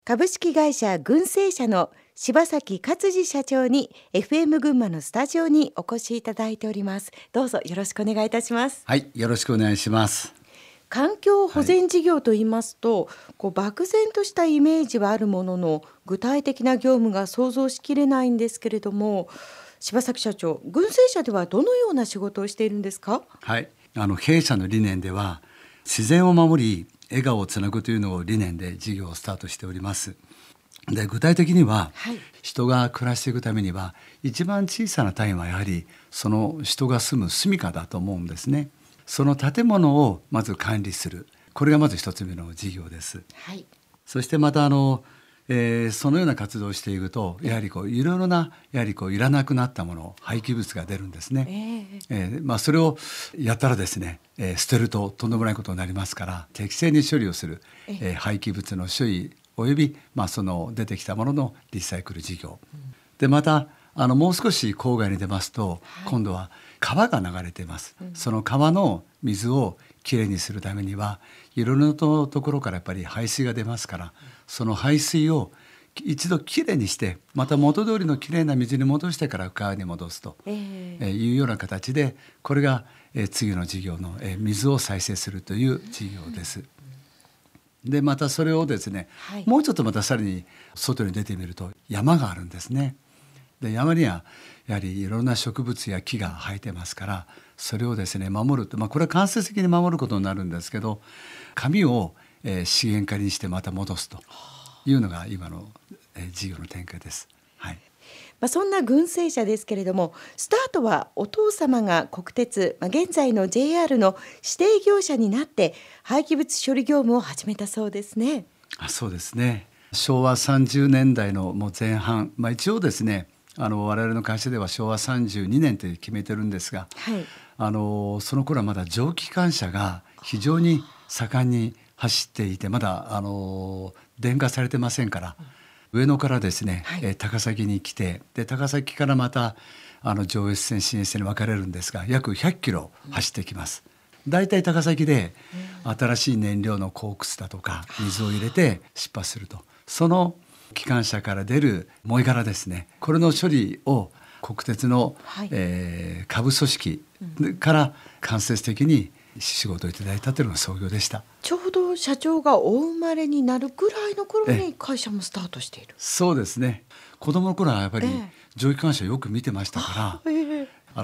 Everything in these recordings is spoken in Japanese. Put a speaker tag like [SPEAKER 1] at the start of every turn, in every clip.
[SPEAKER 1] 株式会社群生社の柴崎勝治社長に FM 群馬のスタジオにお越しいただいております。どうぞよろしくお願いいたします。
[SPEAKER 2] はい、よろしくお願いします。
[SPEAKER 1] 環境保全事業と言いますと、漠然としたイメージはあるものの、具体的な業務が想像しきれないんですけれども、柴崎社長、群生社ではどのような仕事をしているんですか？
[SPEAKER 2] はい、弊社の理念では自然を守り笑顔をつなぐというのを理念で事業をスタートしております。で、具体的には、人が暮らしていくためには一番小さな単位はやはりその人が住む住処だと思うんですね。その建物をまず管理する、これがまず一つ目の事業です。そしてまたそのような活動をしていくとやはりいろいろなやはりいらなくなったもの、廃棄物が出るんですね。それをやったらですね、捨てるととんでもないことになりますから、適正に処理をする、廃棄物の処理および、その出てきたもののリサイクル事業、でまたもう少し郊外に出ますと、今度は川が流れています。その川の水をきれいにするためにはいろいろなところからやっぱり排水が出ますから、その排水を一度きれいにしてまた元通りのきれいな水に戻してから川に戻すというような形で、これが次の事業の水を再生するという事業です。でまたそれをですね、もうちょっとまたさらに外に出てみると山があるんですね。で山にはやはりいろんな植物や木が生えてますから、それをですね守ると、これは間接的に守ることになるんですけど、紙を資源化にしてまた戻すというのが今の事業の展開です。
[SPEAKER 1] そんな群生社ですけれども、スタートはお父様が国鉄、現在の JR の指定業者になって廃棄物処理業務を始めたそうですね。
[SPEAKER 2] そうですね。昭和30年代のもう前半、一応ですね我々の会社では昭和32年って決めてるんですが、その頃はまだ蒸気機関車が非常に盛んに走っていて、まだ電化されてませんから、上野からですね、高崎に来て、で高崎からまた上越線信越線に分かれるんですが、約100キロ走ってきます。だいたい高崎で新しい燃料のコークスだとか水を入れて出発すると、その機関車から出る燃え殻ですね、これの処理を国鉄の、下部組織から間接的に仕事をいただいたというのが創業でした。
[SPEAKER 1] ちょうど社長がお生まれになるぐらいの頃に会社もスタートしている。
[SPEAKER 2] そうですね。子供の頃はやっぱり蒸気機関車よく見てましたから、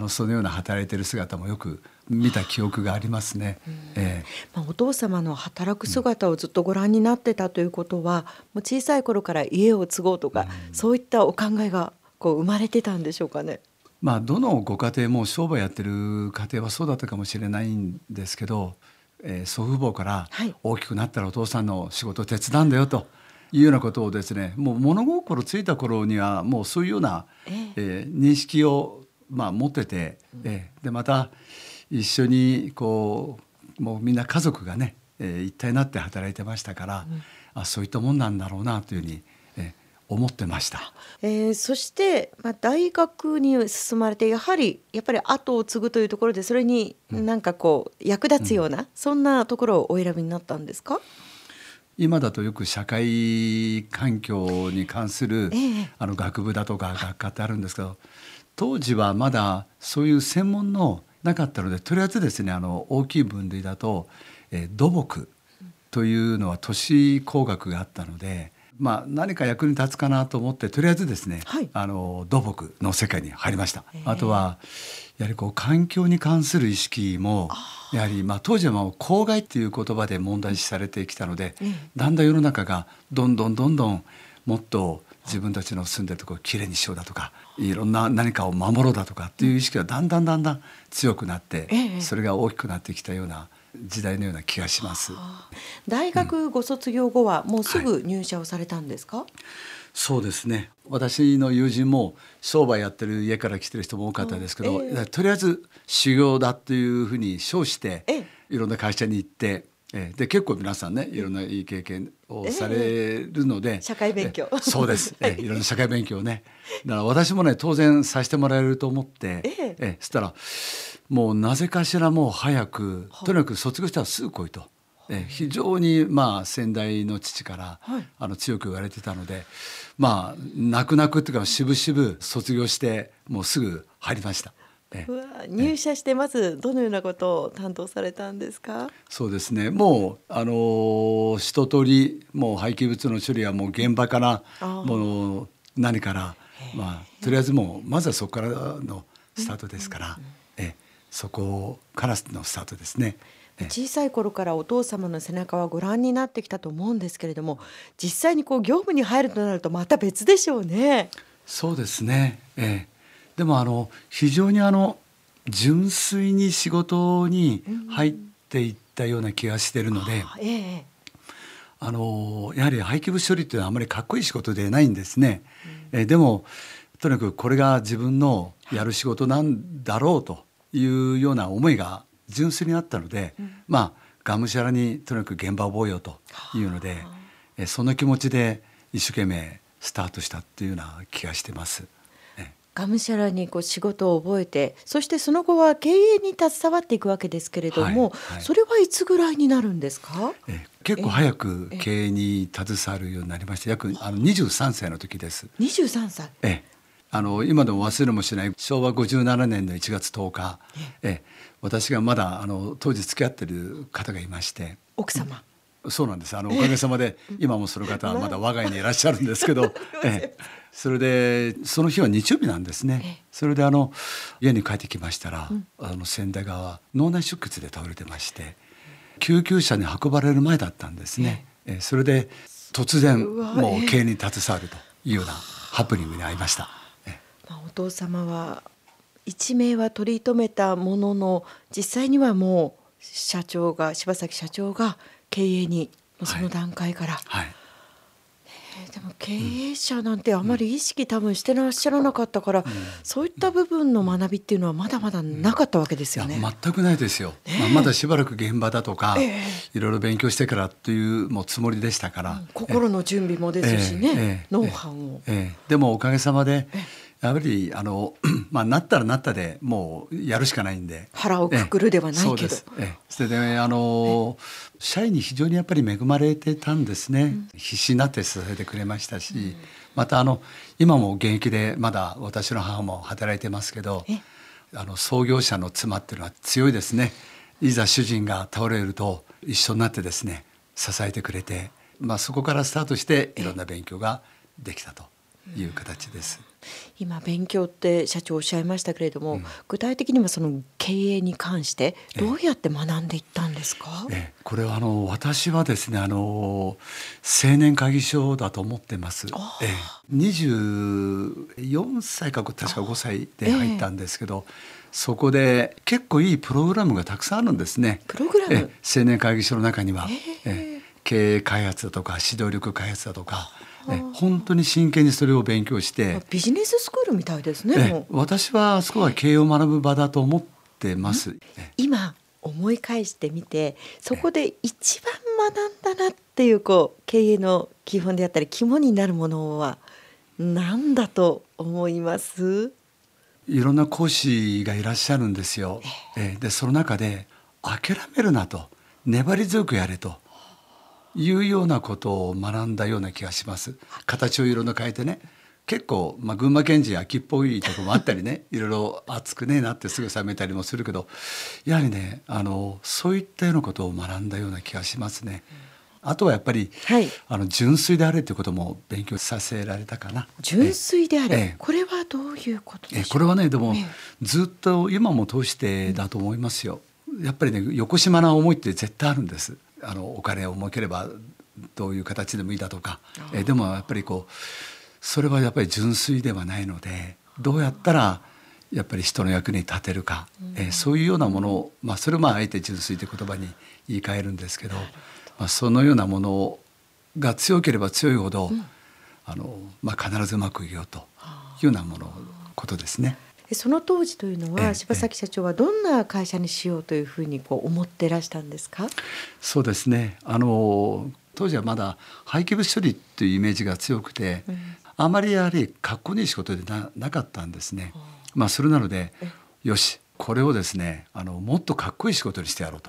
[SPEAKER 2] そのような働いている姿もよく見た記憶がありますね。
[SPEAKER 1] お父様の働く姿をずっとご覧になってたということは、もう小さい頃から家を継ごうとか、そういったお考えが生まれてたんでしょうかね。
[SPEAKER 2] どのご家庭も商売やってる家庭はそうだったかもしれないんですけど、祖父母から大きくなったらお父さんの仕事を手伝うんだよというようなことをですね、もう物心ついた頃にはもうそういうような、認識を持ってて、でまた一緒にもうみんな家族がね、一体になって働いてましたから、そういったもんなんだろうなというふうに思ってました。
[SPEAKER 1] そして、大学に進まれてやっぱり後を継ぐというところで、それに役立つような、そんなところをお選びになったんですか？
[SPEAKER 2] 今だとよく社会環境に関する、学部だとか学科ってあるんですけど、当時はまだそういう専門のなかったので、とりあえずですね大きい分類だと、土木というのは都市工学があったので、何か役に立つかなと思ってとりあえずですね、土木の世界に入りました。あとはやはり環境に関する意識もやはり、当時は公害っていう言葉で問題視されてきたので、だんだん世の中がどんどんもっと自分たちの住んでるところをきれいにしようだとか、いろんな何かを守ろうだとかっていう意識がだんだん強くなって、それが大きくなってきたような時代のような気がします。
[SPEAKER 1] 大学ご卒業後はもうすぐ入社をされたんですか？
[SPEAKER 2] そうですね。私の友人も商売やってる家から来てる人も多かったですけど、とりあえず修行だっていうふうに称していろんな会社に行って、で結構皆さんねいろんないい経験をされるので、
[SPEAKER 1] 社会勉強
[SPEAKER 2] そうです、いろんな社会勉強をね、だから私もね当然させてもらえると思って、そしたらもうなぜかしらもう早くとにかく卒業したらすぐ来いと非常に先代の父から、強く言われてたので、泣く泣くっていうか渋々卒業してもうすぐ入りました。
[SPEAKER 1] 入社してまずどのようなことを担当されたんですか？
[SPEAKER 2] そうですね、もう一通りもう廃棄物の処理はもう現場からもう何から、とりあえずもうまずはそこからのスタートですから、そこからのスタートですね。
[SPEAKER 1] 小さい頃からお父様の背中はご覧になってきたと思うんですけれども、実際に業務に入るとなるとまた別でしょうね。
[SPEAKER 2] そうですね、でも非常に純粋に仕事に入っていったような気がしているので、やはり廃棄物処理っていうのはあまりかっこいい仕事でないんですね。でもとにかくこれが自分のやる仕事なんだろうというような思いが純粋にあったので、がむしゃらにとにかく現場を覚えようというので、その気持ちで一生懸命スタートしたっていうような気がしてます。
[SPEAKER 1] がむしゃらに仕事を覚えて、そしてその後は経営に携わっていくわけですけれども、それはいつぐらいになるんですか？
[SPEAKER 2] 結構早く経営に携わるようになりまして、約23歳の時です。
[SPEAKER 1] 23歳。
[SPEAKER 2] 今でも忘れもしない昭和57年の1月10日、私がまだ当時付き合ってる方がいまして。
[SPEAKER 1] 奥様。
[SPEAKER 2] そうなんです。おかげさまで今もその方はまだ我が家にいらっしゃるんですけど、それでその日は日曜日なんですね。それで家に帰ってきましたら、先代が脳内出血で倒れてまして、救急車に運ばれる前だったんですね。それで突然もう経営に携わるというようなハプニングに遭いました。
[SPEAKER 1] お父様は一命は取り留めたものの、実際にはもう柴崎社長が経営にその段階から、でも経営者なんてあまり意識多分してらっしゃらなかったから、そういった部分の学びっていうのはまだまだなかったわけですよね。
[SPEAKER 2] 全くないですよ。まだしばらく現場だとか、いろいろ勉強してからというつもりでしたから、
[SPEAKER 1] 心の準備もですしね、ノウハウを。
[SPEAKER 2] でもおかげさまでやはりなったらなったでもうやるしかないんで、
[SPEAKER 1] 腹をくくるではないけど、
[SPEAKER 2] そうです。それで社員に非常にやっぱり恵まれてたんですね。必死になって支えてくれましたし、また今も現役でまだ私の母も働いてますけど、創業者の妻っていうのは強いですね。いざ主人が倒れると一緒になってですね支えてくれて、そこからスタートしていろんな勉強ができたという形です。
[SPEAKER 1] 今勉強って社長おっしゃいましたけれども、具体的にはその経営に関してどうやって学んでいったんですか？
[SPEAKER 2] これは私はですね青年会議所だと思ってます。24歳か確か5歳で入ったんですけど、そこで結構いいプログラムがたくさんあるんですね。
[SPEAKER 1] プログラム？
[SPEAKER 2] 青年会議所の中には、経営開発だとか指導力開発だとか、本当に真剣にそれを勉強して、
[SPEAKER 1] ビジネススクールみたいですね。
[SPEAKER 2] 私はあそこは経営を学ぶ場だと思ってます。
[SPEAKER 1] 今思い返してみて、そこで一番学んだなっていう経営の基本であったり肝になるものは何だと思います？
[SPEAKER 2] いろんな講師がいらっしゃるんですよ。でその中で諦めるなと、粘り強くやれというようなことを学んだような気がします。形をいろいろ変えてね、結構、群馬県人秋っぽいところもあったりねいろいろ熱くねなってすぐ冷めたりもするけど、やはりねそういったようなことを学んだような気がしますね。あとはやっぱり、純粋であれということも勉強させられたかな。
[SPEAKER 1] 純粋であれ、これはどういうことでしょう？
[SPEAKER 2] これはねでも、ずっと今も通してだと思いますよ。やっぱりねよこしまな思いって絶対あるんです。お金を儲ければどういう形でもいいだとか、でもやっぱりそれはやっぱり純粋ではないので、どうやったらやっぱり人の役に立てるか、そういうようなものを、それをあえて純粋という言葉に言い換えるんですけど、そのようなものが強ければ強いほど、必ずうまくいくよというようなことですね。
[SPEAKER 1] その当時というのは柴崎社長はどんな会社にしようというふうに思ってらしたんですか？
[SPEAKER 2] そうですね、当時はまだ廃棄物処理というイメージが強くて、あまりやはりかっこいい仕事で なかったんですね。それなのでよしこれをですねもっとかっこいい仕事にしてやろうと、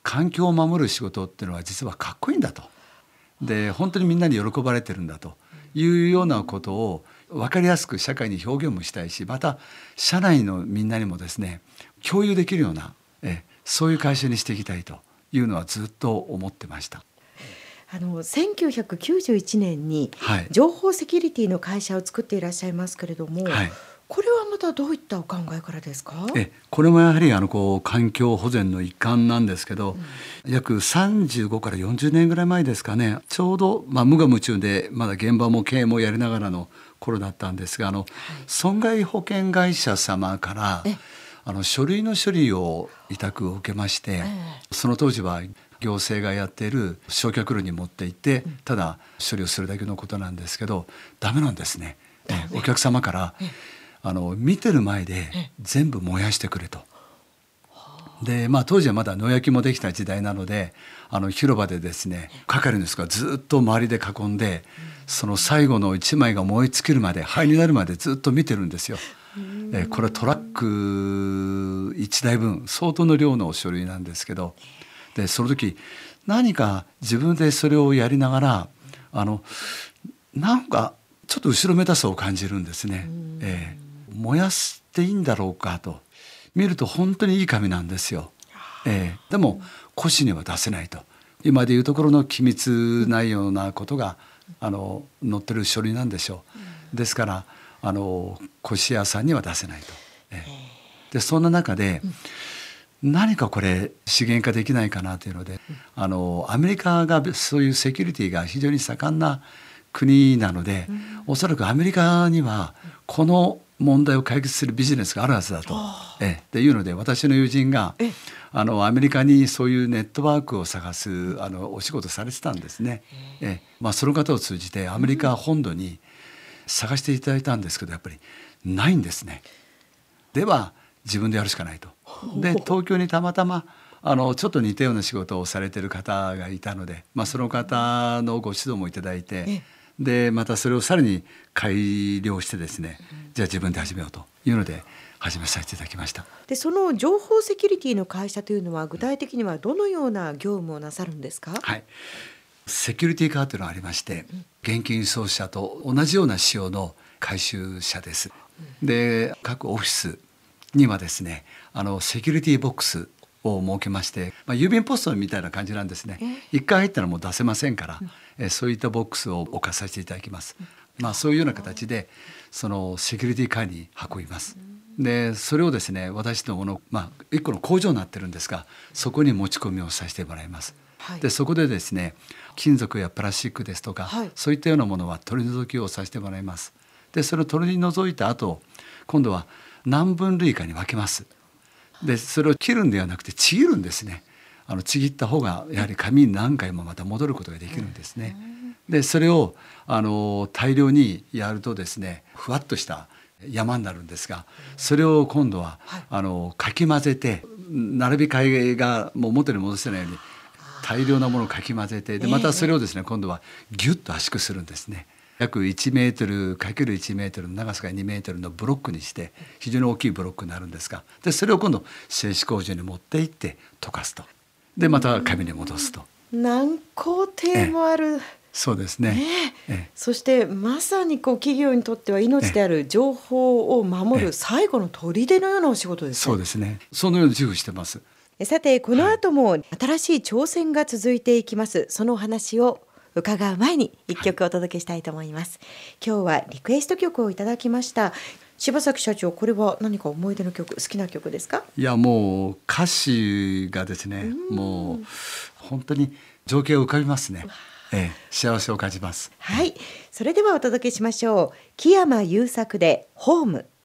[SPEAKER 2] 環境を守る仕事っていうのは実はかっこいいんだと。で本当にみんなに喜ばれてるんだというようなことを分かりやすく社会に表現もしたいし、また社内のみんなにもですね共有できるようなそういう会社にしていきたいというのはずっと思ってました。
[SPEAKER 1] 1991年に
[SPEAKER 2] はい、
[SPEAKER 1] 情報セキュリティの会社を作っていらっしゃいますけれども、
[SPEAKER 2] はい、
[SPEAKER 1] これはまたどういったお考えからですか？
[SPEAKER 2] これもやはり環境保全の一環なんですけど、約35から40年ぐらい前ですかね、ちょうど、無我夢中でまだ現場も経営もやりながらの頃だったんですが、損害保険会社様から書類の処理を委託を受けまして、その当時は行政がやっている焼却炉に持って行ってただ処理をするだけのことなんですけど、ダメなんですね。お客様から見てる前で全部燃やしてくれと。で当時はまだ野焼きもできた時代なので広場でですね係の人がずっと周りで囲んで、その最後の1枚が燃え尽きるまで灰になるまでずっと見てるんですよ。これはトラック1台分相当の量の書類なんですけど、でその時何か自分でそれをやりながらなんかちょっと後ろめたさを感じるんですね。燃やしていいんだろうかと見ると本当にいい紙なんですよ。でも古紙には出せないと、今でいうところの機密ないようなことが載ってる書類なんでしょう。ですから古紙屋さんには出せないと。でそんな中で、何かこれ資源化できないかなというので、アメリカがそういうセキュリティが非常に盛んな国なので、おそらくアメリカにはこの問題を解決するビジネスがあるはずだと、っていうので私の友人がアメリカにそういうネットワークを探すお仕事されてたんですね。その方を通じてアメリカ本土に探していただいたんですけど、やっぱりないんですね。では自分でやるしかないと。で東京にたまたまちょっと似たような仕事をされている方がいたので、その方のご指導もいただいて、でまたそれをさらに改良してですね、じゃあ自分で始めようというので始めさせていただきました。
[SPEAKER 1] でその情報セキュリティの会社というのは具体的にはどのような業務をなさるんですか？
[SPEAKER 2] はい、セキュリティカーというのがありまして、現金輸送車と同じような仕様の回収車です。で各オフィスにはですねセキュリティボックスを設けまして、郵便ポストみたいな感じなんですね。一回入ったらもう出せませんから、そういったボックスを置かさせていただきます。そういうような形でそのセキュリティカーに運びます。でそれをですね私どもの、一個の工場になってるんですが、そこに持ち込みをさせてもらいます。でそこでですね金属やプラスチックですとか、そういったようなものは取り除きをさせてもらいます。でそれを取り除いた後、今度は何分類かに分けます。でそれを切るんではなくてちぎるんですね。ちぎった方がやはり紙に何回もまた戻ることができるんですね。でそれを大量にやるとですねふわっとした山になるんですが、それを今度はかき混ぜて、並び替えがもう元に戻せないように大量なものをかき混ぜて、でまたそれをですね今度はギュッと圧縮するんですね。約1メートル ×1 メートルの長さが2メートルのブロックにして非常に大きいブロックになるんですが、でそれを今度製紙工場に持って行って溶かすと、でまた紙に戻すと、
[SPEAKER 1] 何工程もある。
[SPEAKER 2] そうですね。
[SPEAKER 1] そしてまさに企業にとっては命である情報を守る最後の砦のようなお仕事ですね。
[SPEAKER 2] そうですね。そのように自負してます。
[SPEAKER 1] さてこの後も新しい挑戦が続いていきます。そのお話を伺う前に一曲お届けしたいと思います。今日はリクエスト曲をいただきました。柴崎社長、これは何か思い出の曲、好きな曲ですか？
[SPEAKER 2] いやもう歌詞がですね、もう本当に情景を浮かびますね。幸せを感じます。
[SPEAKER 1] はい、それではお届けしましょう。木山裕策でホーム。